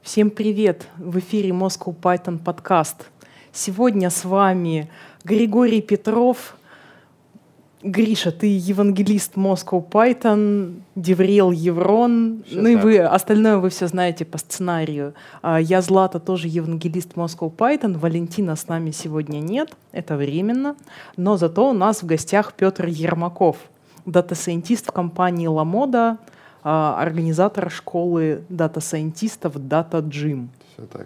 Всем привет! В эфире Moscow Python подкаст. Сегодня с вами Григорий Петров. Гриша, ты евангелист Moscow Python, Девриел Еврон. Все так. Остальное вы все знаете по сценарию. Я Злата, тоже евангелист Moscow Python. Валентина с нами сегодня нет, это временно. Но зато у нас в гостях Петр Ермаков, дата-сайентист в компании Ламода, организатор школы дата-сайентистов Data Gym. Все так.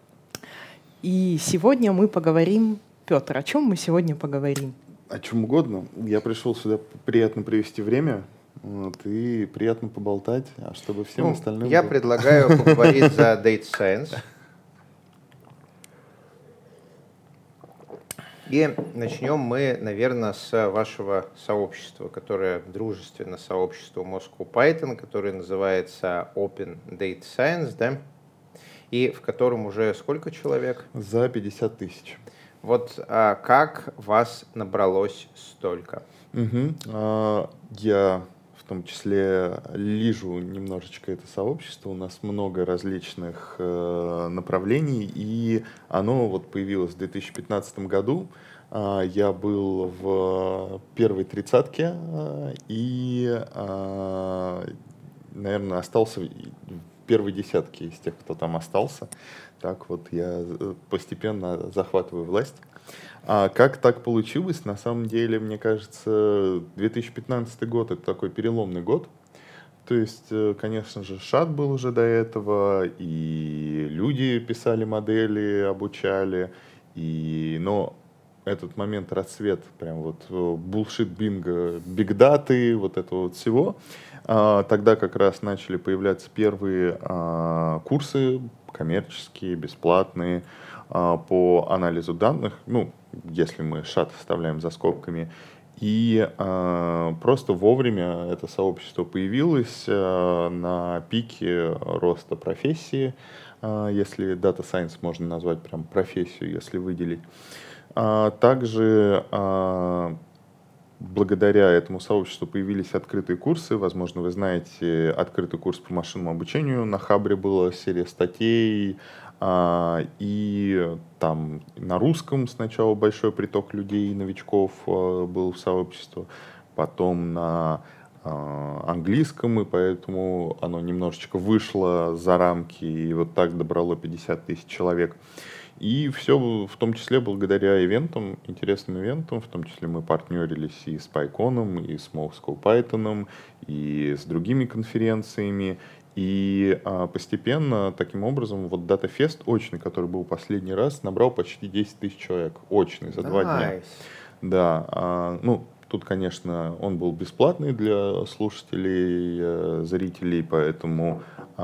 И сегодня мы поговорим... Петр, о чем мы сегодня поговорим? О чем угодно. Я пришел сюда приятно провести время, и приятно поболтать, а чтобы всем остальным... Я предлагаю поговорить за Data Science. И начнем мы, наверное, с вашего сообщества, которое дружественно сообществу Moscow Python, которое называется Open Data Science, да? И в котором уже сколько человек? За 50 тысяч. Вот как вас набралось столько? Я в том числе лижу немножечко это сообщество. У нас много различных направлений, и оно вот появилось в 2015 году. Я был в первой тридцатке и, наверное, остался в первой десятке из тех, кто там остался. Так вот я постепенно захватываю власть. А как так получилось? На самом деле, мне кажется, 2015 год — это такой переломный год. То есть, конечно же, шат был уже до этого, и люди писали модели, обучали, но этот момент расцвет, прям вот bullshit бинго, бигдаты, вот этого вот всего. Тогда как раз начали появляться первые курсы коммерческие, бесплатные, по анализу данных, если мы шат оставляем за скобками. И просто вовремя это сообщество появилось на пике роста профессии, если Data Science можно назвать прям профессию, если выделить. Также благодаря этому сообществу появились открытые курсы. Возможно, вы знаете открытый курс по машинному обучению. На Хабре была серия статей, и там на русском сначала большой приток людей, новичков был в сообщество, потом на английском, и поэтому оно немножечко вышло за рамки, и вот так добрало 50 тысяч человек. И все в том числе благодаря ивентам, интересным ивентам, в том числе мы партнерились и с PyCon, и с Moscow Python, и с другими конференциями. И постепенно, таким образом, вот DataFest очный, который был последний раз, набрал почти 10 тысяч человек. Очный, за 2 дня. Да, тут, конечно, он был бесплатный для слушателей, зрителей, поэтому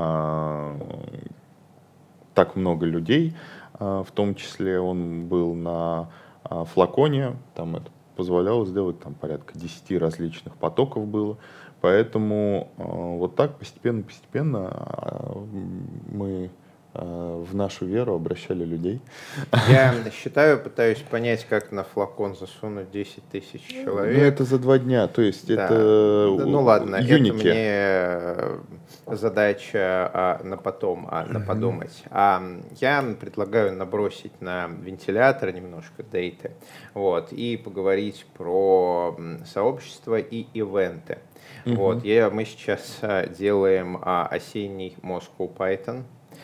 так много людей. В том числе он был на флаконе, там это позволяло сделать, там порядка 10 различных потоков было. Поэтому вот так постепенно мы в нашу веру обращали людей. Я считаю, пытаюсь понять, как на флакон засунуть 10 тысяч человек. Это за 2 дня, то есть да. это ладно, юники. Это мне задача на потом, на подумать. Я предлагаю набросить на вентилятор немножко дейты, и поговорить про сообщество и ивенты. Мы сейчас делаем осенний Moscow Python.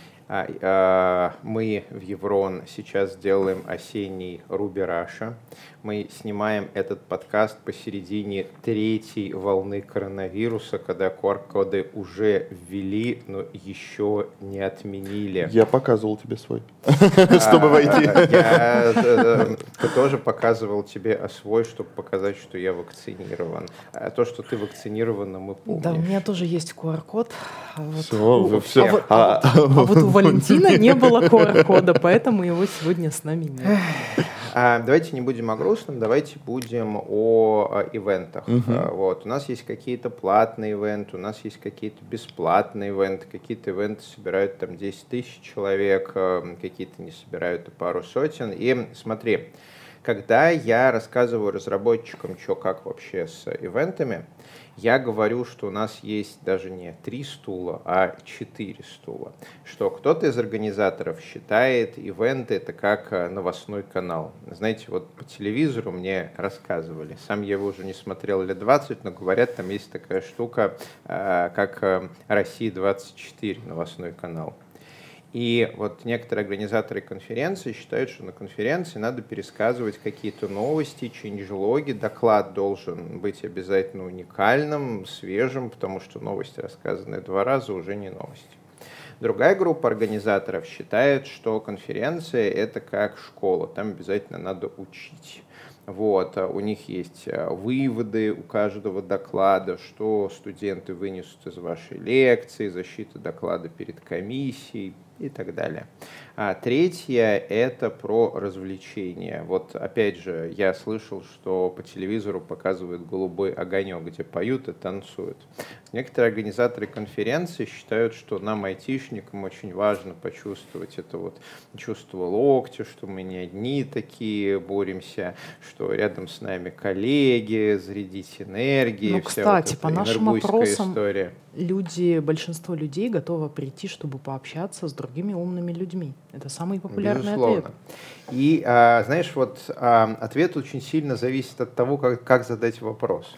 Мы в Еврон сейчас делаем осенний Ruby Russia. Мы снимаем этот подкаст посередине 3-й волны коронавируса, когда QR-коды уже ввели, но еще не отменили. Я показывал тебе свой, чтобы войти. Я тоже показывал тебе свой, чтобы показать, что я вакцинирован. То, что ты вакцинирована, мы помним. Да, у меня тоже есть QR-код. Все. А вот у Валентина не было QR-кода, поэтому его сегодня с нами нет. Давайте не будем о грустном, давайте будем о ивентах. У нас есть какие-то платные ивенты, у нас есть какие-то бесплатные ивенты, какие-то ивенты собирают там 10 тысяч человек, какие-то не собирают пару сотен. И смотри, Когда я рассказываю разработчикам, что как вообще с ивентами, я говорю, что у нас есть даже не 3 стула, а 4 стула. Что кто-то из организаторов считает ивенты это как новостной канал. Знаете, вот по телевизору мне рассказывали, сам я его уже не смотрел лет 20, но говорят, там есть такая штука, как «Россия-24», новостной канал. И вот некоторые организаторы конференции считают, что на конференции надо пересказывать какие-то новости, чейндж-логи, доклад должен быть обязательно уникальным, свежим, потому что новости, рассказанные 2 раза, уже не новости. Другая группа организаторов считает, что конференция это как школа, там обязательно надо учить. Вот, у них есть выводы у каждого доклада, что студенты вынесут из вашей лекции, защита доклада перед комиссией и так далее. А третье – это про развлечения. Вот опять же, я слышал, что по телевизору показывают «Голубой огонек», где поют и танцуют. Некоторые организаторы конференции считают, что нам, айтишникам, очень важно почувствовать это вот чувство локтя, что мы не одни такие боремся, что рядом с нами коллеги, зарядить энергией. Ну, кстати, по нашим опросам история. Большинство людей готовы прийти, чтобы пообщаться с другими умными людьми. Это самый популярный Безусловно. ответ. И, знаешь, вот ответ очень сильно зависит от того, как задать вопрос.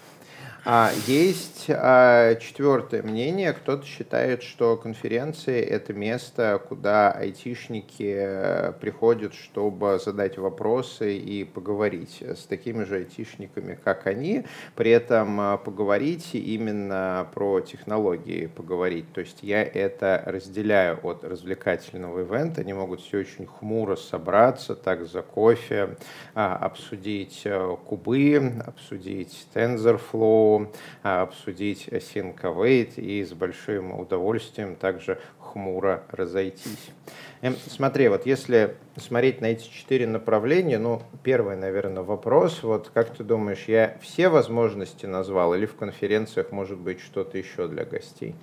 Есть 4-е мнение. Кто-то считает, что конференции – это место, куда айтишники приходят, чтобы задать вопросы и поговорить с такими же айтишниками, как они. При этом поговорить именно про технологии поговорить. То есть я это разделяю от развлекательного ивента. Они могут все очень хмуро собраться, так за кофе, обсудить кубы, обсудить TensorFlow, обсудить Async Await и с большим удовольствием также хмуро разойтись. Смотри, вот если смотреть на эти 4 направления, ну, первый, наверное, вопрос, вот как ты думаешь, я все возможности назвал или в конференциях может быть что-то еще для гостей?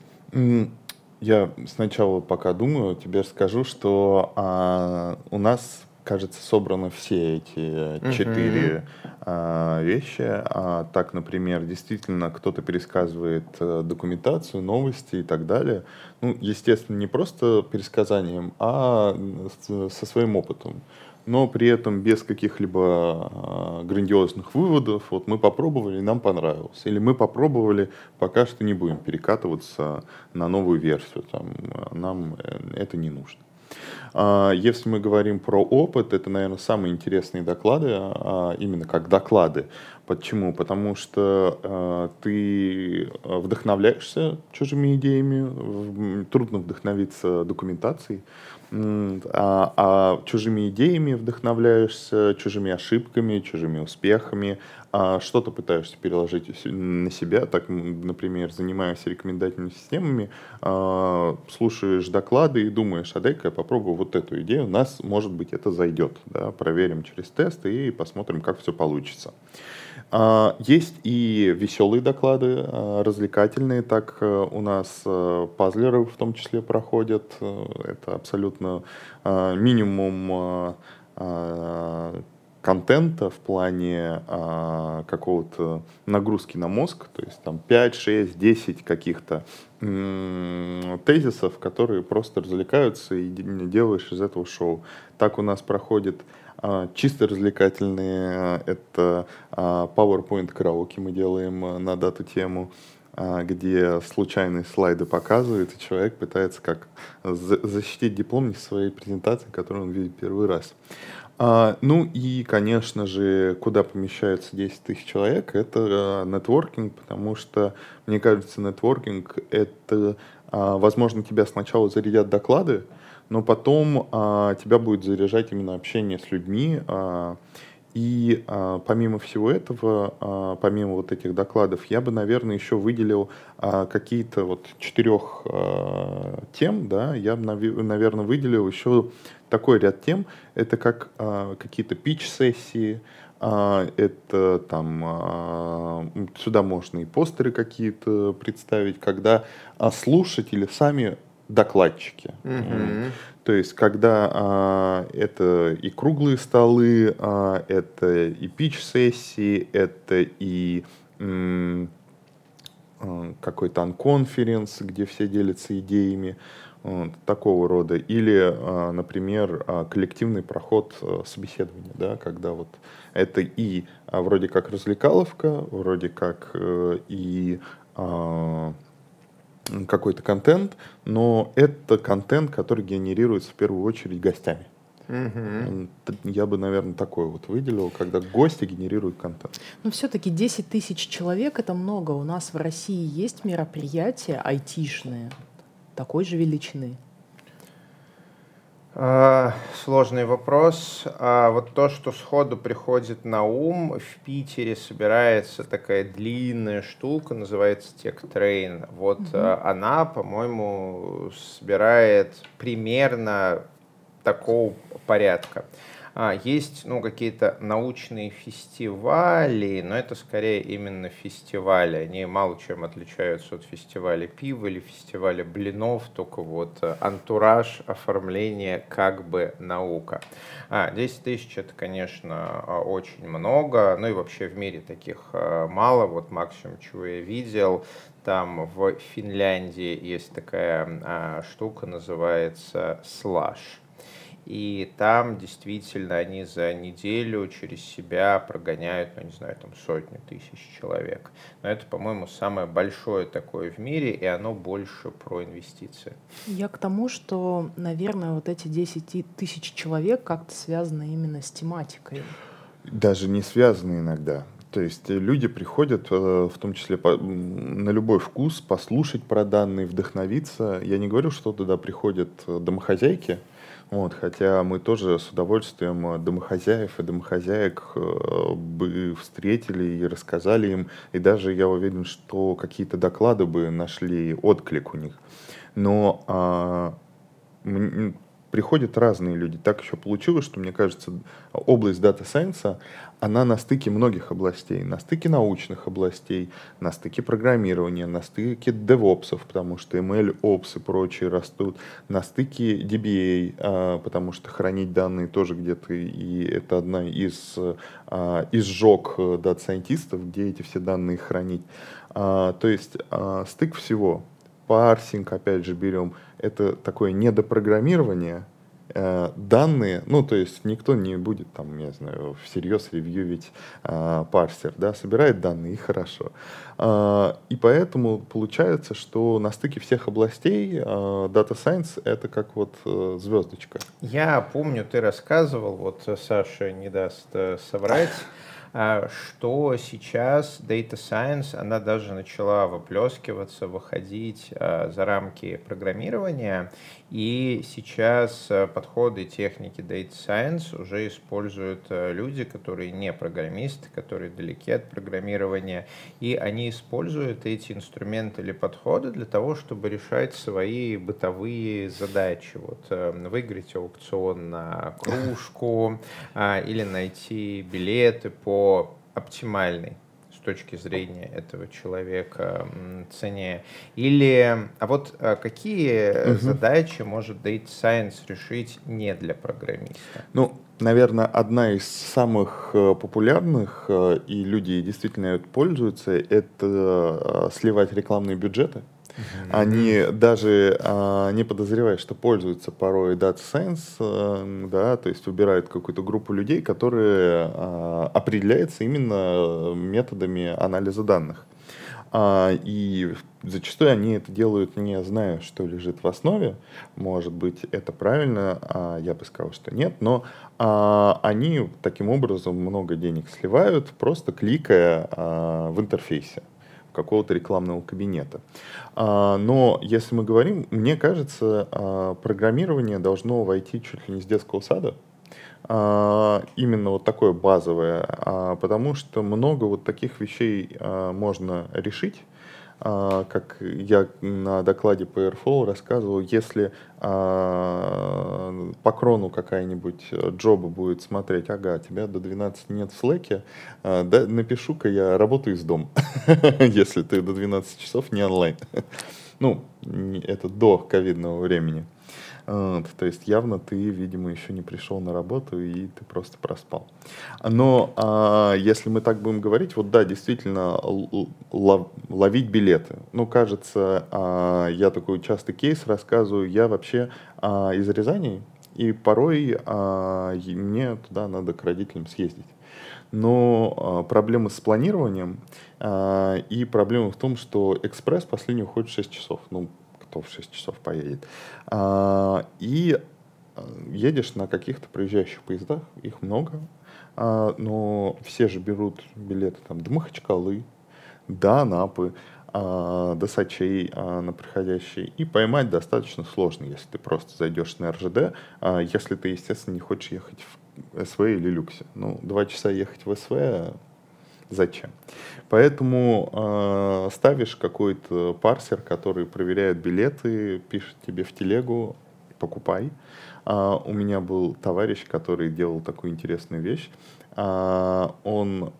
Я сначала, пока думаю, тебе скажу, что у нас, кажется, собраны все эти 4 вещи. Так, например, действительно кто-то пересказывает документацию, новости и так далее. Ну, естественно, не просто пересказанием, а со своим опытом. Но при этом без каких-либо грандиозных выводов. Вот мы попробовали, нам понравилось. Или мы попробовали, пока что не будем перекатываться на новую версию. Нам это не нужно. Если мы говорим про опыт, это, наверное, самые интересные доклады, именно как доклады. Почему? Потому что ты вдохновляешься чужими идеями, трудно вдохновиться документацией, чужими идеями вдохновляешься, чужими ошибками, чужими успехами, что-то пытаешься переложить на себя. Так, например, занимаясь рекомендательными системами, слушаешь доклады и думаешь, дай-ка я попробую вот эту идею, у нас, может быть, это зайдет. Да? Проверим через тест и посмотрим, как все получится. Есть и веселые доклады, развлекательные, так у нас пазлеры в том числе проходят. Это абсолютно минимум контента в плане какого-то нагрузки на мозг, то есть там 5, 6, 10 каких-то тезисов, которые просто развлекаются и делаешь из этого шоу. Так у нас проходит чисто развлекательные, это PowerPoint караоке мы делаем на дату-тему, где случайные слайды показывают, и человек пытается как защитить диплом своей презентации, которую он видит первый раз. Ну и, конечно же, куда помещается 10 тысяч человек, это нетворкинг, потому что, мне кажется, нетворкинг — это, возможно, тебя сначала зарядят доклады, но потом тебя будет заряжать именно общение с людьми. И помимо всего этого, помимо вот этих докладов, я бы, наверное, еще выделил какие-то вот 4 тем, да, я бы, наверное, выделил еще такой ряд тем, это как какие-то пич-сессии, это там, сюда можно и постеры какие-то представить, когда слушатели сами докладчики. То есть, когда это и круглые столы, это и питч-сессии, это и какой-то анконференс, где все делятся идеями, такого рода. Или, например, коллективный проход собеседования, да, когда вот это и вроде как развлекаловка, вроде как и какой-то контент, но это контент, который генерируется в первую очередь гостями. Я бы, наверное, такое вот выделил, когда гости генерируют контент. Но все-таки 10 тысяч человек — это много. У нас в России есть мероприятия айтишные такой же величины? Сложный вопрос. Вот то, что сходу приходит на ум, в Питере собирается такая длинная штука, называется TechTrain. Вот она, по-моему, собирает примерно такого порядка. Есть какие-то научные фестивали, но это скорее именно фестивали. Они мало чем отличаются от фестиваля пива или фестиваля блинов, только вот антураж, оформление, как бы наука. 10 тысяч — это, конечно, очень много, ну и вообще в мире таких мало. Вот максимум, чего я видел, там в Финляндии есть такая штука, называется Slush. И там действительно они за неделю через себя прогоняют, ну, не знаю, там сотни тысяч человек. Но это, по-моему, самое большое такое в мире, и оно больше про инвестиции. Я к тому, что, наверное, вот эти 10 тысяч человек как-то связаны именно с тематикой. Даже не связаны иногда. То есть люди приходят, в том числе на любой вкус, послушать про данные, вдохновиться. Я не говорю, что туда приходят домохозяйки, вот, хотя мы тоже с удовольствием домохозяев и домохозяек бы встретили и рассказали им, и даже я уверен, что какие-то доклады бы нашли отклик у них. Но приходят разные люди. Так еще получилось, что, мне кажется, область Data Science, она на стыке многих областей. На стыке научных областей, на стыке программирования, на стыке DevOps, потому что ML-Ops и прочие растут, на стыке DBA, потому что хранить данные тоже где-то, и это одна из изжог дата-сайентистов, где эти все данные хранить. То есть стык всего. Парсинг, опять же, берем, это такое недопрограммирование, данные, ну, то есть никто не будет, там, я знаю, всерьез ревьювить парсер, да, собирает данные, и хорошо. И поэтому получается, что на стыке всех областей Data Science — это как вот звездочка. Я помню, ты рассказывал, вот Саша не даст соврать, что сейчас Data Science, она даже начала выплескиваться, выходить за рамки программирования, и сейчас подходы техники Data Science уже используют люди, которые не программисты, которые далеки от программирования, и они используют эти инструменты или подходы для того, чтобы решать свои бытовые задачи. Вот выиграть аукцион на кружку или найти билеты по оптимальной с точки зрения этого человека цене. Или, вот какие задачи может Data Science решить не для программиста? Ну, наверное, одна из самых популярных, и люди действительно пользуются, это сливать рекламные бюджеты. Они даже не подозревают, что пользуются порой Data Science, да, то есть выбирают какую-то группу людей, которые определяются именно методами анализа данных. И зачастую они это делают, не зная, что лежит в основе. Может быть, это правильно, я бы сказал, что нет, но они таким образом много денег сливают, просто кликая в интерфейсе какого-то рекламного кабинета. Но если мы говорим, мне кажется, программирование должно войти чуть ли не с детского сада. Именно вот такое базовое, потому что много вот таких вещей можно решить. Как я на докладе по Airflow рассказывал, если по крону какая-нибудь джоба будет смотреть, ага, тебя до 12 нет в Slack, да, напишу-ка я работаю из дома, если ты до 12 часов не онлайн. Ну, это до ковидного времени. То есть явно ты, видимо, еще не пришел на работу и ты просто проспал. Но если мы так будем говорить, вот да, действительно, ловить билеты. Ну, кажется, я такой частый кейс рассказываю. Я вообще из Рязани, и порой мне туда надо к родителям съездить. Но проблемы с планированием и проблема в том, что экспресс последний уходит в 6 часов. Ну, кто в 6 часов поедет. И едешь на каких-то проезжающих поездах, их много, но все же берут билеты там до Махачкалы, до Анапы, до Сочей на проходящие. И поймать достаточно сложно, если ты просто зайдешь на РЖД, если ты, естественно, не хочешь ехать в СВ или Люксе. Ну, 2 часа ехать в СВ зачем? Поэтому ставишь какой-то парсер, который проверяет билеты, пишет тебе в телегу, покупай. У меня был товарищ, который делал такую интересную вещь. Он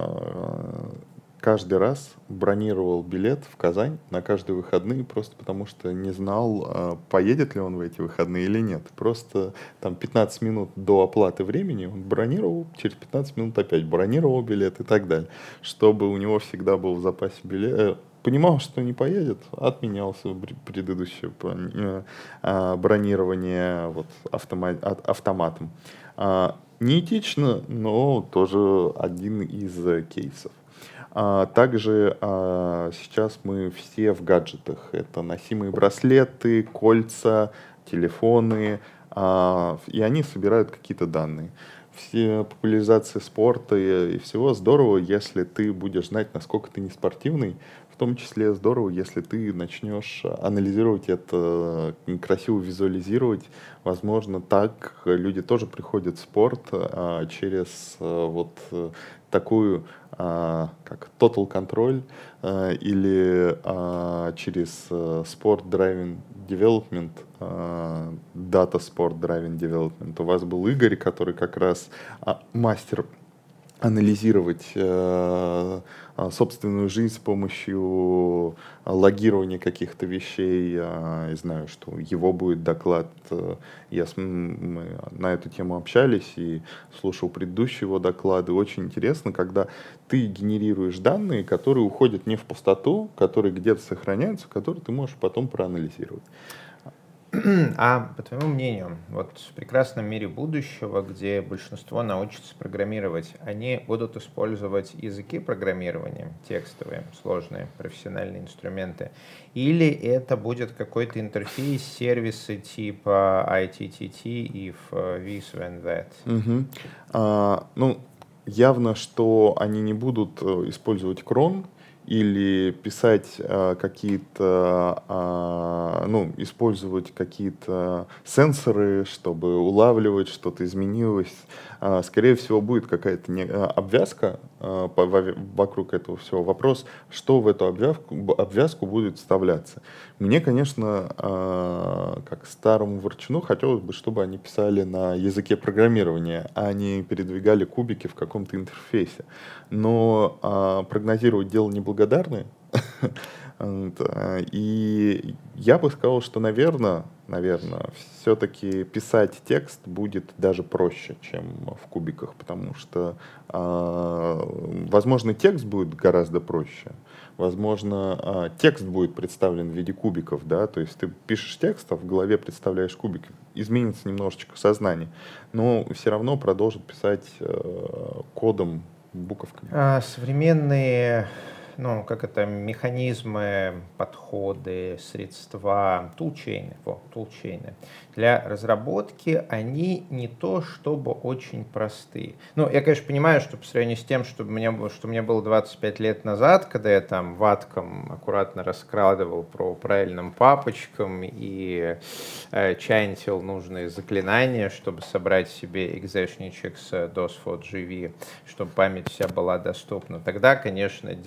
каждый раз бронировал билет в Казань на каждые выходные, просто потому что не знал, поедет ли он в эти выходные или нет. Просто там 15 минут до оплаты времени он бронировал, через 15 минут опять бронировал билет и так далее, чтобы у него всегда был в запасе билет. Понимал, что не поедет, отменялся предыдущее бронирование вот, автоматом. Неэтично, но тоже один из кейсов. Также сейчас мы все в гаджетах. Это носимые браслеты, кольца, телефоны, и они собирают какие-то данные. Все популяризация спорта и всего здорово, если ты будешь знать, насколько ты не спортивный. В том числе здорово, если ты начнешь анализировать это, красиво визуализировать. Возможно, так люди тоже приходят в спорт через вот такую как Total Control или через Sport Driving Development, Data Sport Driving Development. У вас был Игорь, который как раз мастер анализировать собственную жизнь с помощью логирования каких-то вещей. Я знаю, что его будет доклад. Мы на эту тему общались и слушал предыдущие его доклады. Очень интересно, когда ты генерируешь данные, которые уходят не в пустоту, которые где-то сохраняются, которые ты можешь потом проанализировать. А по твоему мнению, вот в прекрасном мире будущего, где большинство научится программировать, они будут использовать языки программирования, текстовые, сложные, профессиональные инструменты, или это будет какой-то интерфейс, сервисы типа ITTT, if, this, when, that? Ну, явно, что они не будут использовать крон, или писать какие-то, ну, использовать какие-то сенсоры, чтобы улавливать, что-то изменилось. Скорее всего, будет какая-то обвязка вокруг этого всего. Вопрос, что в эту обвязку будет вставляться. Мне, конечно, как старому ворчуну, хотелось бы, чтобы они писали на языке программирования, а не передвигали кубики в каком-то интерфейсе. Но прогнозировать дело неблагодарное. И я бы сказал, что, наверное, все-таки писать текст будет даже проще, чем в кубиках, потому что, возможно, текст будет гораздо проще. Возможно, текст будет представлен в виде кубиков, да, то есть ты пишешь текст, а в голове представляешь кубики. Изменится немножечко сознание, но все равно продолжит писать кодом, буковками. Современные, ну, как это, механизмы, подходы, средства, тулчейны для разработки, они не то чтобы очень простые. Ну, я, конечно, понимаю, что по сравнению с тем, что мне было 25 лет назад, когда я там ватком аккуратно раскладывал по правильным папочкам и чантил нужные заклинания, чтобы собрать себе экзешничек с DOS4GV, чтобы память вся была доступна. Тогда, конечно, отдельный был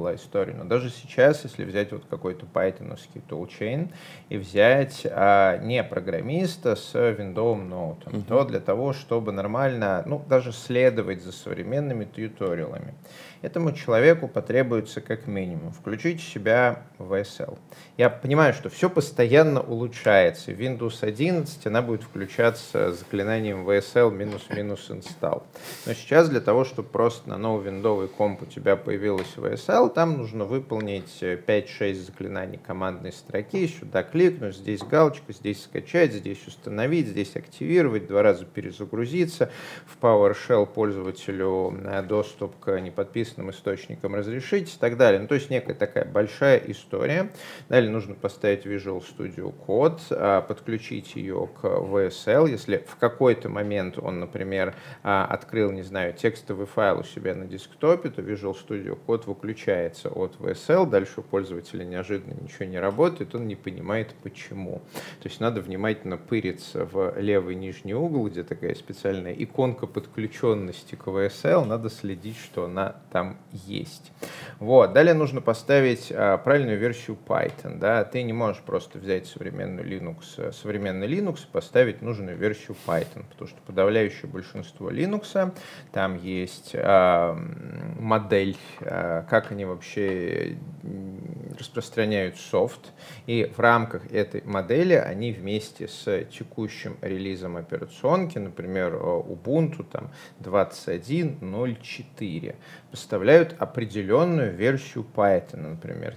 была история. Но даже сейчас, если взять вот какой-то пайтоновский toolchain и взять не программиста с виндовым ноутом, то для того, чтобы нормально, ну, даже следовать за современными тьюториалами, этому человеку потребуется как минимум включить в себя VSL. Я понимаю, что все постоянно улучшается. Windows 11 она будет включаться с заклинанием VSL минус-минус install. Но сейчас для того, чтобы просто на новый виндовый комп у тебя появилась VSL, там нужно выполнить 5-6 заклинаний командной строки, сюда кликнуть, здесь галочка, здесь скачать, здесь установить, здесь активировать, 2 раза перезагрузиться, в PowerShell пользователю доступ к неподписанным источникам разрешить и так далее. Ну, то есть некая такая большая история. Далее нужно поставить Visual Studio Code, подключить ее к VSL. Если в какой-то момент он, например, открыл, не знаю, текстовый файл у себя на десктопе, то Visual Studio Code выключается от VSL, дальше у пользователя неожиданно ничего не работает, он не понимает почему. То есть надо внимательно пыриться в левый нижний угол, где такая специальная иконка подключенности к VSL, надо следить, что она там есть. Вот. Далее нужно поставить правильную версию Python. Да? Ты не можешь просто взять современный Linux и поставить нужную версию Python, потому что подавляющее большинство Linux, там есть модель, как они вообще распространяют софт, и в рамках этой модели они вместе с текущим релизом операционки, например, Ubuntu там 21.04, поставляют определенную версию Python, например,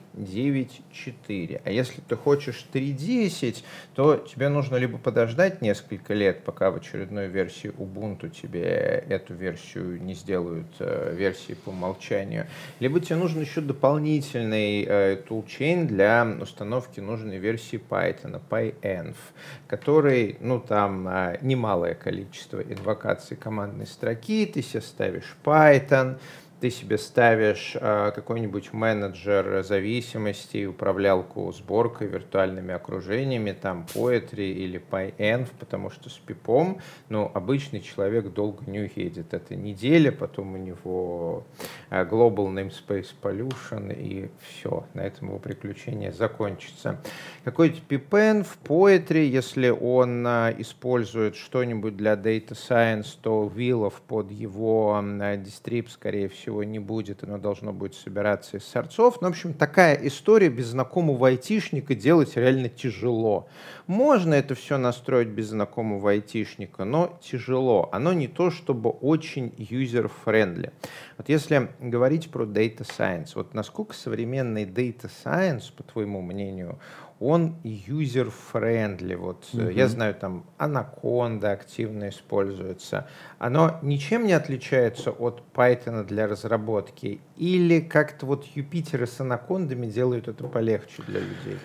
3.9.4. А если ты хочешь 3.10, то тебе нужно либо подождать несколько лет, пока в очередной версии Ubuntu тебе эту версию не сделают версией по умолчанию, либо тебе нужен еще дополнительный toolchain для установки нужной версии Python, PyEnv, который, ну, там немалое количество инвокаций командной строки, ты себе ставишь Python, ты себе ставишь какой-нибудь менеджер зависимостей, управлялку сборкой, виртуальными окружениями, там Poetry или PyEnv, потому что с пипом, ну, обычный человек долго не уедет. Это неделя, потом у него Global Namespace Pollution, и все, на этом его приключение закончится. Какой-то pipenv, Poetry, если он использует что-нибудь для Data Science, то виллов под его дистриб, скорее всего, не будет, оно должно будет собираться из сорцов. Ну, в общем, такая история без знакомого айтишника делать реально тяжело. Можно это все настроить без знакомого айтишника, но тяжело. Оно не то, чтобы очень user-friendly. Вот если говорить про Data Science, вот насколько современный Data Science, по твоему мнению, он user-friendly. Вот я знаю, там Anaconda активно используется. Оно ничем не отличается от Python для разработки? Или как-то вот Юпитеры с анакондами делают это полегче для людей?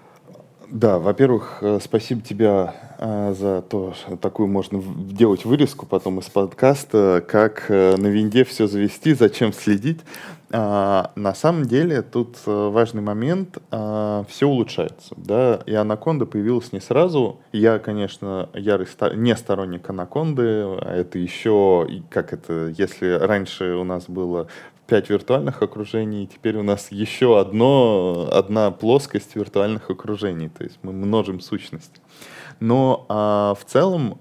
Да, во-первых, спасибо тебе за то, что такую можно делать вырезку потом из подкаста, как на винде все завести, зачем следить. На самом деле тут важный момент, все улучшается, да, и Anaconda появилась не сразу. Я, конечно, ярый не сторонник Anaconda, а это еще, как это, если раньше у нас было 5 виртуальных окружений, теперь у нас еще одна плоскость виртуальных окружений, то есть мы множим сущности. Но в целом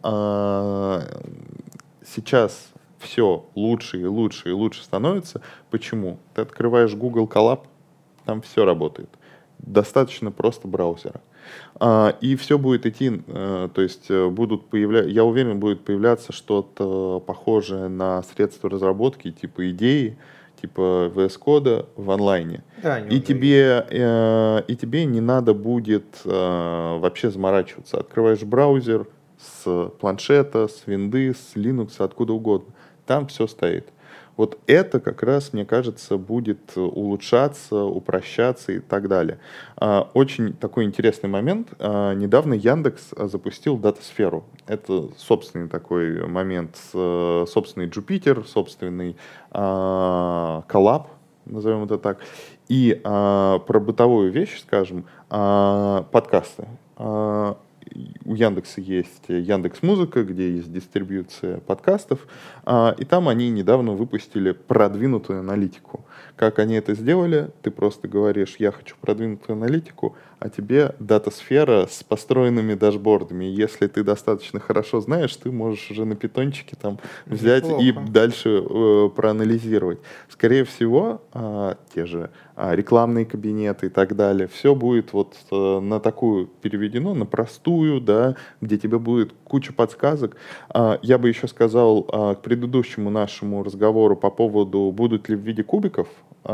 сейчас все лучше и лучше и лучше становится. Почему? Ты открываешь Google Colab, там все работает. Достаточно просто браузера. И все будет идти, то есть я уверен, будет появляться что-то похожее на средства разработки, типа идеи, типа VS Code в онлайне. Да, и тебе не надо будет вообще заморачиваться. Открываешь браузер с планшета, с винды, с Linux, откуда угодно. Там все стоит. Вот это как раз, мне кажется, будет улучшаться, упрощаться и так далее. Очень такой интересный момент. Недавно Яндекс запустил датасферу. Это собственный такой момент, собственный Jupyter, собственный Colab, назовем это так. И про бытовую вещь, скажем, подкасты. У у Яндекса есть Яндекс.Музыка, где есть дистрибьюция подкастов, и там они недавно выпустили продвинутую аналитику. Как они это сделали? Ты просто говоришь, я хочу продвинутую аналитику, а тебе дата-сфера с построенными дашбордами. Если ты достаточно хорошо знаешь, ты можешь уже на питончике там взять и дальше проанализировать. Скорее всего, те же рекламные кабинеты и так далее, все будет вот на такую переведено, на простую, да, где тебе будет куча подсказок. Я бы еще сказал к предыдущему нашему разговору по поводу, будут ли в виде кубиков.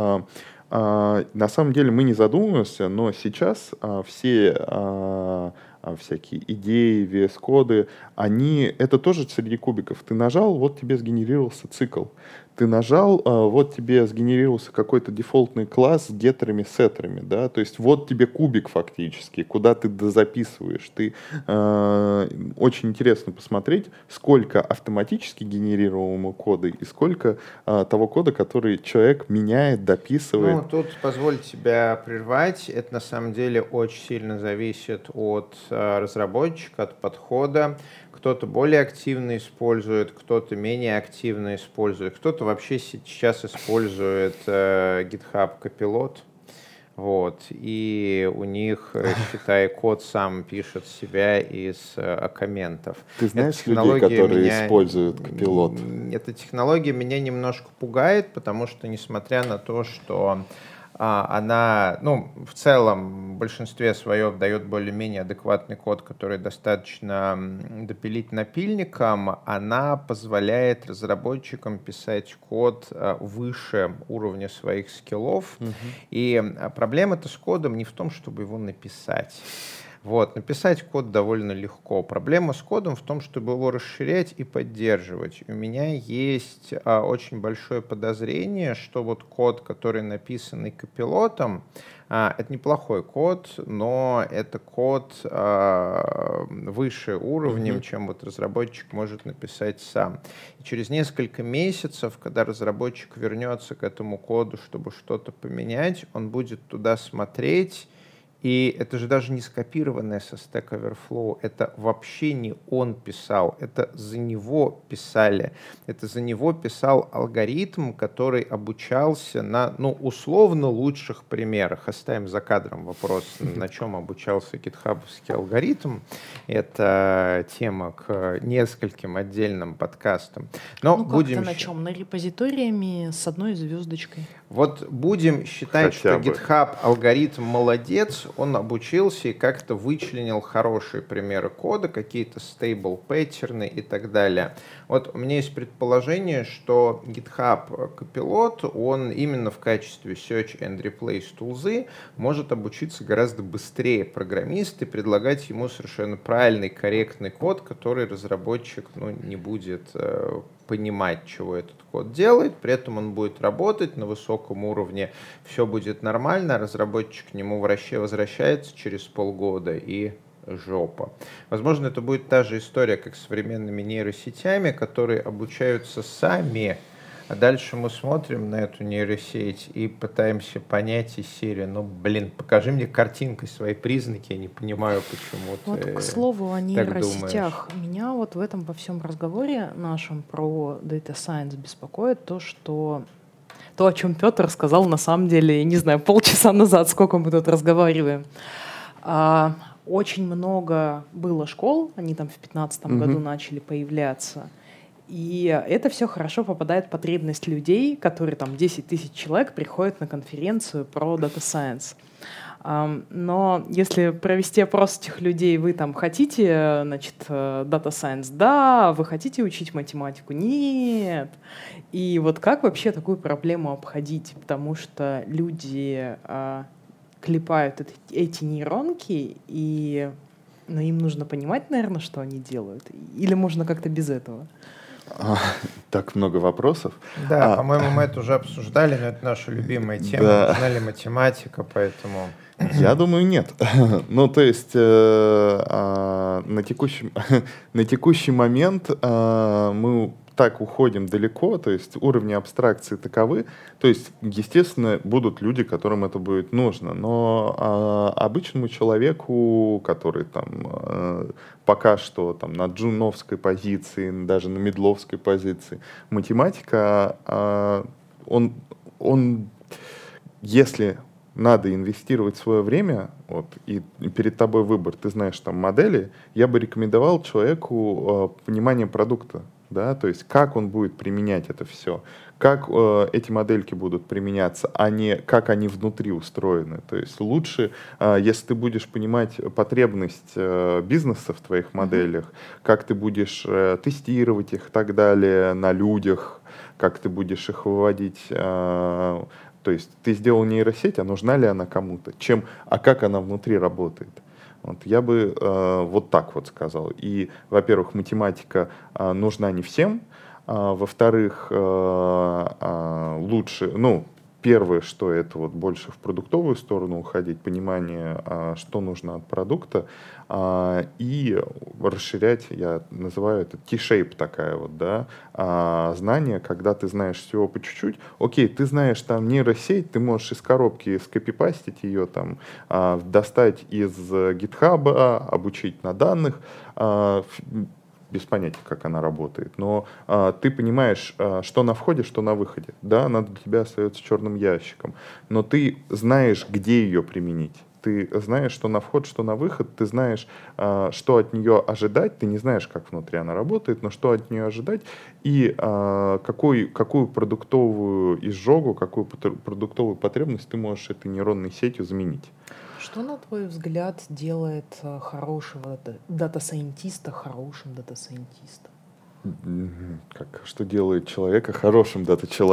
На самом деле мы не задумываемся, но сейчас все всякие идеи, VS-коды, это тоже среди кубиков. Ты нажал, вот тебе сгенерировался цикл. Ты нажал, вот тебе сгенерировался какой-то дефолтный класс с геттерами, сеттерами, да, то есть вот тебе кубик фактически, куда ты дозаписываешь. Очень интересно посмотреть, сколько автоматически генерируемого кода и сколько того кода, который человек меняет, дописывает. Ну, тут позволь тебя прервать. Это на самом деле очень сильно зависит от разработчика, от подхода. Кто-то более активно использует, кто-то менее активно использует, кто-то вообще сейчас использует GitHub Copilot. Вот. И у них, считай, код сам пишет себя из комментов. Ты знаешь людей, которые используют Copilot? Эта технология меня немножко пугает, потому что, несмотря на то, что она, в целом, в большинстве своем дает более-менее адекватный код, который достаточно допилить напильником, она позволяет разработчикам писать код выше уровня своих скиллов. И проблема-то с кодом не в том, чтобы его написать. Написать код довольно легко. Проблема с кодом в том, чтобы его расширять и поддерживать. У меня есть очень большое подозрение, что вот код, который написанный Copilot'ом, это неплохой код, но это код выше уровнем, чем вот разработчик может написать сам. И через несколько месяцев, когда разработчик вернется к этому коду, чтобы что-то поменять, он будет туда смотреть. И это же даже не скопированное со Stack Overflow, это вообще не он писал, это за него писали. Это за него писал алгоритм, который обучался на, условно лучших примерах. Оставим за кадром вопрос, на чем обучался гитхабовский алгоритм. Это тема к нескольким отдельным подкастам. Но как-то на чем? На репозиториями с одной звездочкой. Вот будем считать, что GitHub алгоритм молодец, он обучился и как-то вычленил хорошие примеры кода, какие-то stable паттерны и так далее. Вот у меня есть предположение, что GitHub Copilot, он именно в качестве Search and Replace тулзы может обучиться гораздо быстрее программист и предлагать ему совершенно правильный, корректный код, который разработчик не будет понимать, чего этот код делает, при этом он будет работать на высоком уровне, все будет нормально, разработчик к нему возвращается через полгода и жопа. Возможно, это будет та же история, как с современными нейросетями, которые обучаются сами, а дальше мы смотрим на эту нейросеть и пытаемся понять из серии, покажи мне картинкой свои признаки, я не понимаю, почему ты к слову о нейросетях. Меня вот в этом во всем разговоре нашем про Data Science беспокоит то, о чем Петр сказал на самом деле, я не знаю, полчаса назад, сколько мы тут разговариваем. Очень много было школ, они там в 2015 году начали появляться. И это все хорошо попадает в потребность людей, которые там 10 тысяч человек приходят на конференцию про Data Science. Но если провести опрос этих людей, вы там хотите, Data Science? Да. Вы хотите учить математику? Нет. И вот как вообще такую проблему обходить? Потому что люди клепают эти нейронки, и им нужно понимать, наверное, что они делают. Или можно как-то без этого? Так много вопросов. Да, по-моему, мы это уже обсуждали, но это наша любимая тема, Да. на канале «Математика», поэтому... Я думаю, нет. Ну, то есть на текущий момент мы так уходим далеко, то есть уровни абстракции таковы, то есть, естественно, будут люди, которым это будет нужно, но обычному человеку, который там пока что там на джуновской позиции, даже на мидловской позиции, математика, он если надо инвестировать свое время, вот, и перед тобой выбор, ты знаешь там модели, я бы рекомендовал человеку понимание продукта, да, то есть как он будет применять это все, как эти модельки будут применяться, а не как они внутри устроены. То есть лучше, если ты будешь понимать потребность бизнеса в твоих моделях, как ты будешь тестировать их и так далее на людях, как ты будешь их выводить. То есть ты сделал нейросеть, а нужна ли она кому-то? А как она внутри работает? Вот, я бы вот так вот сказал. И, во-первых, математика нужна не всем. Во-вторых, лучше, ну, первое, что это вот больше в продуктовую сторону уходить, понимание, что нужно от продукта, и расширять, я называю это T-shape такая вот, да, знание, когда ты знаешь всего по чуть-чуть. Окей, ты знаешь там нейросеть, ты можешь из коробки скопипастить ее, там, достать из GitHub, обучить на данных, без понятия, как она работает, но ты понимаешь, что на входе, что на выходе. Да, она для тебя остается черным ящиком, но ты знаешь, где ее применить. Ты знаешь, что на вход, что на выход, ты знаешь, что от нее ожидать, ты не знаешь, как внутри она работает, но что от нее ожидать и какую продуктовую изжогу, какую продуктовую потребность ты можешь этой нейронной сетью заменить. Что, на твой взгляд, делает хорошего дата-сайентиста хорошим дата-сайентистом? Что делает человека хорошим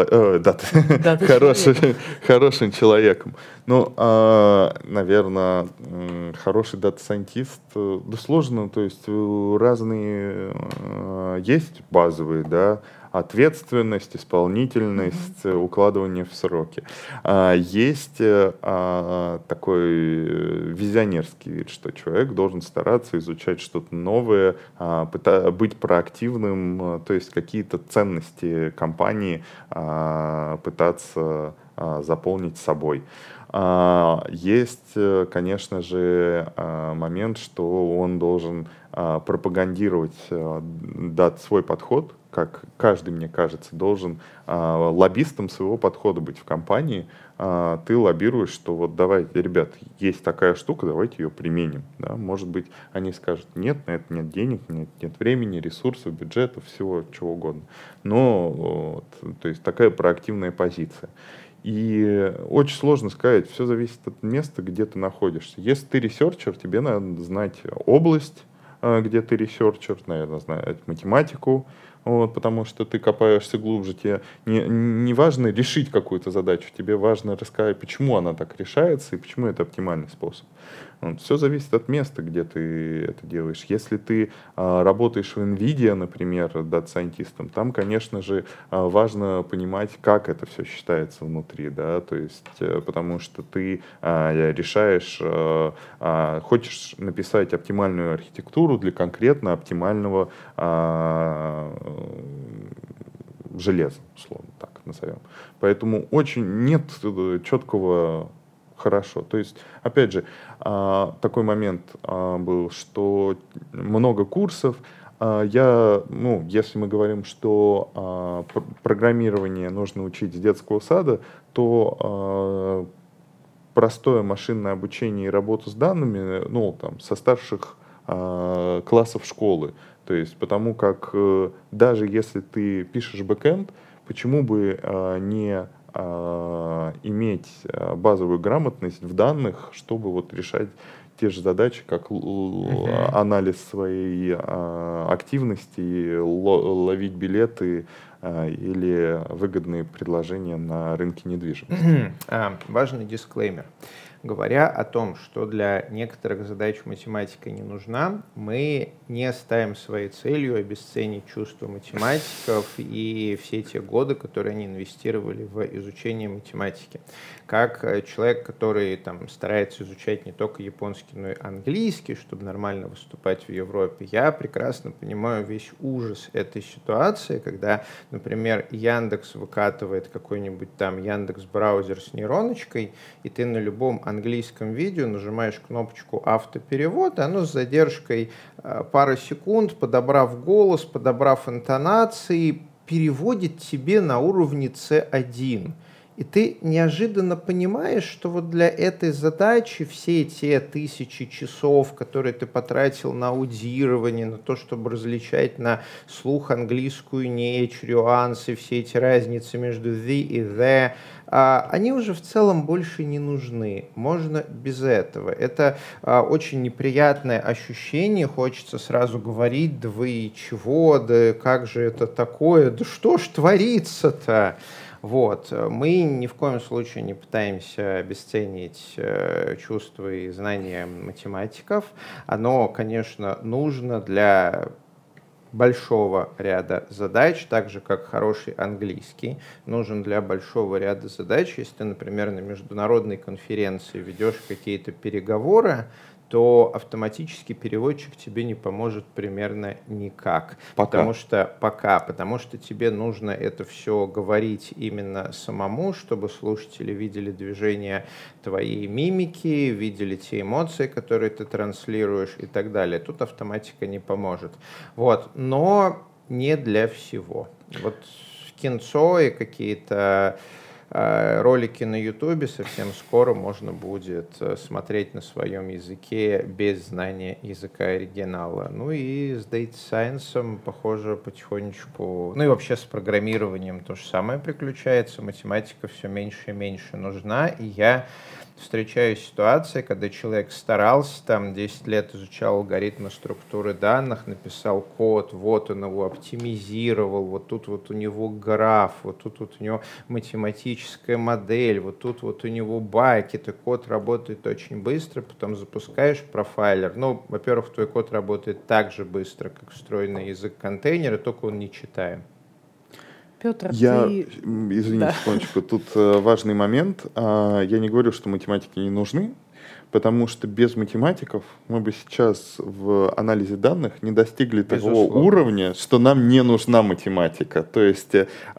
хорошим человеком? Ну, наверное, хороший дата-сайентист, да сложно, то есть разные есть базовые, да, ответственность, исполнительность, укладывание в сроки. Есть такой визионерский вид, что человек должен стараться изучать что-то новое, быть проактивным, то есть какие-то ценности компании пытаться заполнить собой. Есть, конечно же, момент, что он должен пропагандировать свой подход, как каждый, мне кажется, должен лоббистом своего подхода быть в компании. Ты лоббируешь, что вот давайте, ребят, есть такая штука, давайте ее применим. Да? Может быть, они скажут, нет, на это нет денег, нет времени, ресурсов, бюджетов, всего чего угодно. Но, вот, то есть такая проактивная позиция. И очень сложно сказать, все зависит от места, где ты находишься. Если ты ресерчер, тебе надо знать область, где ты ресерчер, наверное, знать математику, вот, потому что ты копаешься глубже, тебе не важно решить какую-то задачу, тебе важно рассказать, почему она так решается и почему это оптимальный способ. Вот, все зависит от места, где ты это делаешь. Если ты работаешь в NVIDIA, например, дата-сайентистом, там, конечно же, важно понимать, как это все считается внутри, да, то есть, потому что ты решаешь, хочешь написать оптимальную архитектуру для конкретно оптимального железа, условно так назовем. Поэтому очень нет четкого хорошо. То есть, опять же, такой момент был, что много курсов. Если мы говорим, что программирование нужно учить с детского сада, то простое машинное обучение и работу с данными, со старших классов школы. То есть, потому как даже если ты пишешь бэкэнд, почему бы не иметь базовую грамотность в данных, чтобы вот решать те же задачи, как анализ своей активности, ловить билеты или выгодные предложения на рынке недвижимости. Важный дисклеймер. говоря о том, что для некоторых задач математика не нужна, мы не ставим своей целью обесценить чувства математиков и все те годы, которые они инвестировали в изучение математики. Как человек, который там старается изучать не только японский, но и английский, чтобы нормально выступать в Европе, я прекрасно понимаю весь ужас этой ситуации, когда, например, Яндекс выкатывает какой-нибудь там Яндекс-браузер с нейроночкой, и ты на любом английском видео нажимаешь кнопочку «Автоперевод», и оно с задержкой пары секунд, подобрав голос, подобрав интонации, переводит тебе на уровне C1. И ты неожиданно понимаешь, что вот для этой задачи все те тысячи часов, которые ты потратил на аудирование, на то, чтобы различать на слух английскую речь, нюансы, все эти разницы между the и the, они уже в целом больше не нужны. Можно без этого. Это очень неприятное ощущение. Хочется сразу говорить: да вы чего, да как же это такое, да что ж творится-то? Вот. Мы ни в коем случае не пытаемся обесценить чувства и знания математиков. Оно, конечно, нужно для большого ряда задач, так же, как хороший английский нужен для большого ряда задач. Если ты, например, на международной конференции ведешь какие-то переговоры, то автоматический переводчик тебе не поможет примерно никак. Потому что тебе нужно это все говорить именно самому, чтобы слушатели видели движение твоей мимики, видели те эмоции, которые ты транслируешь и так далее. Тут автоматика не поможет. Вот. Но не для всего. Вот кинцо и какие-то ролики на Ютубе совсем скоро можно будет смотреть на своем языке без знания языка оригинала. Ну и с Data Science, похоже, потихонечку, ну и вообще с программированием то же самое приключается. Математика все меньше и меньше нужна, и я встречаю ситуации, когда человек старался, там 10 лет изучал алгоритмы структуры данных, написал код, вот он его оптимизировал, вот тут вот у него граф, вот тут вот у него математическая модель, вот тут вот у него бакеты, код работает очень быстро, потом запускаешь профайлер. Ну, во-первых, твой код работает так же быстро, как встроенный язык контейнера, только он не читаем. Петр, Извините, секундочку, тут важный момент. Я не говорю, что математики не нужны, потому что без математиков мы бы сейчас в анализе данных не достигли того уровня, что нам не нужна математика. То есть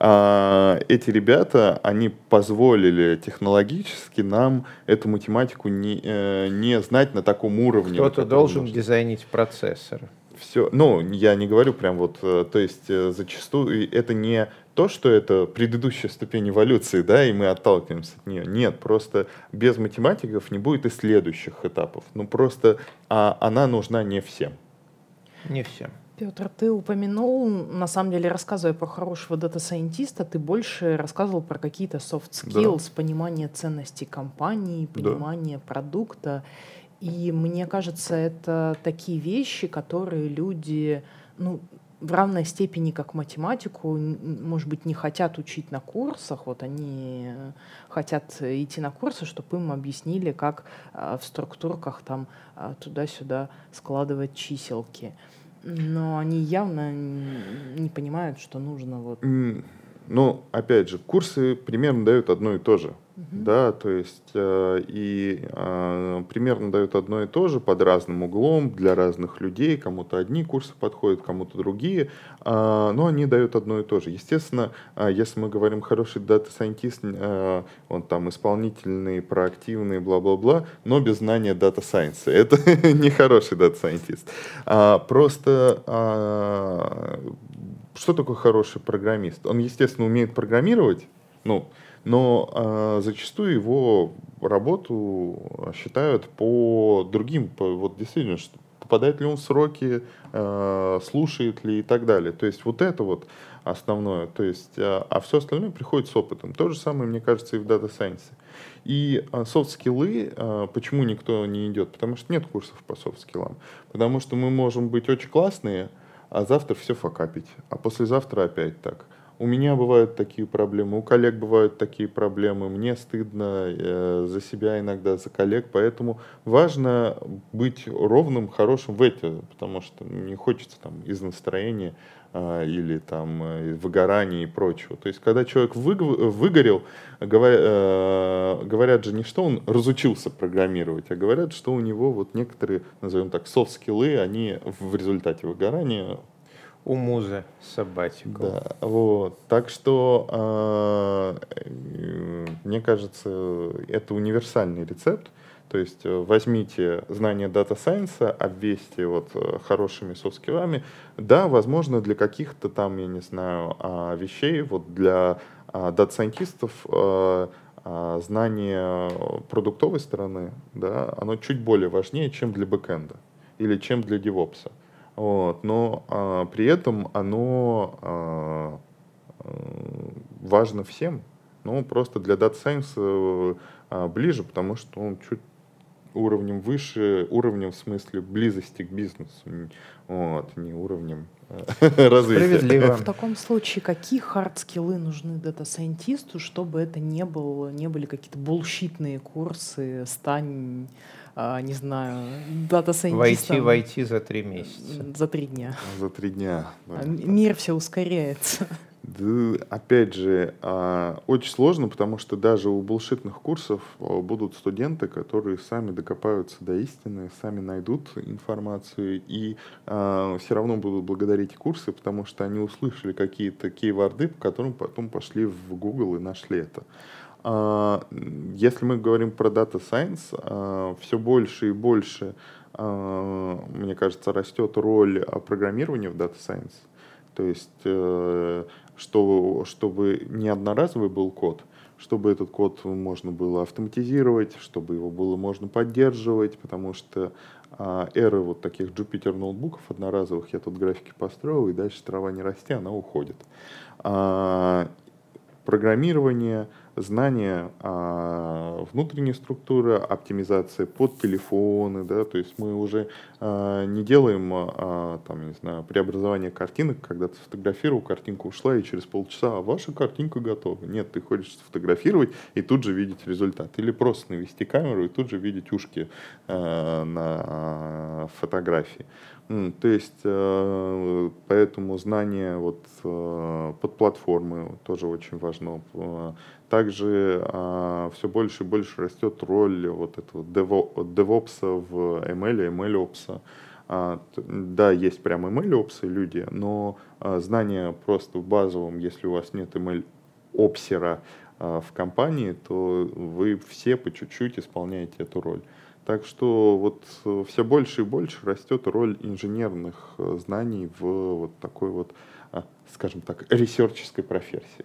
эти ребята, они позволили технологически нам эту математику не знать на таком уровне. Кто-то должен дизайнить процессор. Все, ну, я не говорю прям вот, то есть зачастую это не то, что это предыдущая ступень эволюции, да, и мы отталкиваемся от нее. Нет, просто без математиков не будет и следующих этапов. Ну, просто она нужна не всем. Не всем. Петр, ты упомянул, на самом деле, рассказывая про хорошего дата-сайентиста, ты больше рассказывал про какие-то soft skills, да. Понимание ценностей компании, понимание продукта. И мне кажется, это такие вещи, которые люди, ну, в равной степени, как математику, может быть, не хотят учить на курсах. Вот они хотят идти на курсы, чтобы им объяснили, как в структурках там туда-сюда складывать чиселки. Но они явно не понимают, что нужно вот. Ну, опять же, курсы примерно дают одно и то же. Да, то есть примерно дают одно и то же под разным углом для разных людей. Кому-то одни курсы подходят, кому-то другие, но они дают одно и то же. Естественно, если мы говорим хороший дата-сайентист, он там исполнительный, проактивный, бла-бла-бла, но без знания дата-сайенса. Это не хороший дата-сайентист. Просто что такое хороший программист? Он, естественно, умеет программировать, но зачастую его работу считают по другим, вот действительно, попадает ли он в сроки, слушает ли и так далее. То есть вот это вот основное. То есть, а все остальное приходит с опытом. То же самое, мне кажется, и в Data Science. И софт-скиллы, почему никто не идет? Потому что нет курсов по софт-скиллам. Потому что мы можем быть очень классные, а завтра все факапить, а послезавтра опять так. У меня бывают такие проблемы, у коллег бывают такие проблемы, мне стыдно за себя иногда, за коллег, поэтому важно быть ровным, хорошим в эти, потому что не хочется там из настроения или там выгорания и прочего. То есть, когда человек выгорел, говорят же не, что он разучился программировать, а говорят, что у него вот некоторые, назовем так, софт-скиллы, они в результате выгорания. У музы сабатикл. Да, вот. Так что, мне кажется, это универсальный рецепт. То есть возьмите знания Data Science, обвесьте вот хорошими софт-скиллами. Да, возможно, для каких-то там, я не знаю, вещей, вот для дата-сайентистов знание продуктовой стороны, да, оно чуть более важнее, чем для бэкэнда или чем для девопса. Вот, но при этом оно важно всем. Ну, просто для Data Science ближе, потому что он чуть уровнем выше, уровнем в смысле близости к бизнесу, вот, не уровнем развития. Справедливо. В таком случае, какие хард-скиллы нужны дата-сайентисту, чтобы это не были какие-то булшитные курсы, стань, не знаю, дата-сайентистом. Войти за 3 месяца. За 3 дня. За 3 дня. Да. Мир все ускоряется. Да, опять же, очень сложно, потому что даже у булшитных курсов будут студенты, которые сами докопаются до истины, сами найдут информацию и все равно будут благодарить курсы, потому что они услышали какие-то кейворды, по которым потом пошли в Google и нашли это. Если мы говорим про Data Science, все больше и больше, мне кажется, растет роль программирования в Data Science. То есть, чтобы не одноразовый был код, чтобы этот код можно было автоматизировать, чтобы его было можно поддерживать, потому что эра вот таких Jupyter ноутбуков одноразовых, я тут графики построил, и дальше трава не расти, она уходит. Программирование, знание внутренней структуры, оптимизация под телефоны, да, то есть мы уже не делаем там, не знаю, преобразование картинок, когда ты сфотографировал, картинка ушла, и через полчаса ваша картинка готова. Нет, ты хочешь сфотографировать и тут же видеть результат. Или просто навести камеру и тут же видеть ушки на фотографии. То есть, поэтому знание вот, подплатформы тоже очень важно. Также все больше и больше растет роль вот этого DevOps в ML, MLOps. Да, есть прям MLOps люди, но знание просто в базовом, если у вас нет MLOpsера в компании, то вы все по чуть-чуть исполняете эту роль. Так что вот все больше и больше растет роль инженерных знаний в вот такой вот, скажем так, ресерческой профессии.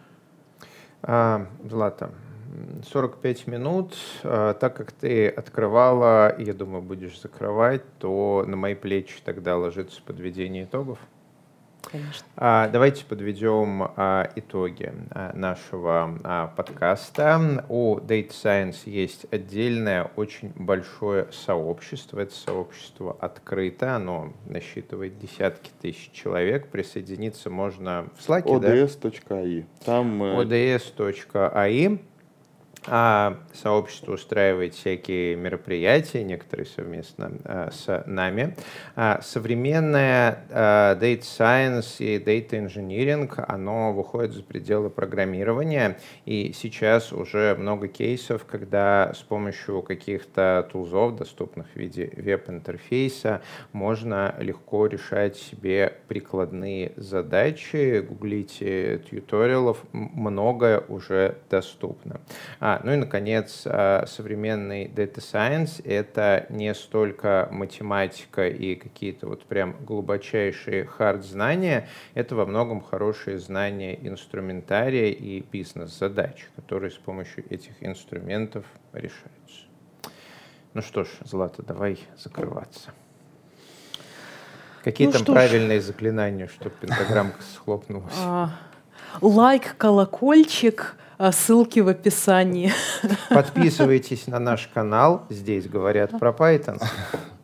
Злата, 45 минут. Так как ты открывала, я думаю, будешь закрывать, то на мои плечи тогда ложится подведение итогов. Конечно. Давайте подведем итоги нашего подкаста. У Data Science есть отдельное, очень большое сообщество. Это сообщество открыто, оно насчитывает десятки тысяч человек. Присоединиться можно в Slack, ods.ai. Там ods.ai. Сообщество устраивает всякие мероприятия, некоторые совместно с нами. Современное Data Science и Data Engineering, оно выходит за пределы программирования, и сейчас уже много кейсов, когда с помощью каких-то тулзов, доступных в виде веб-интерфейса, можно легко решать себе прикладные задачи. Гуглите тьюториалов, многое уже доступно. Ну и, наконец, современный Data Science — это не столько математика и какие-то вот прям глубочайшие хард-знания, это во многом хорошие знания инструментария и бизнес-задач, которые с помощью этих инструментов решаются. Ну что ж, Злата, давай закрываться. Какие там правильные заклинания, чтобы пентаграммка схлопнулась? Лайк, колокольчик, ссылки в описании. Подписывайтесь на наш канал. Здесь говорят про Python.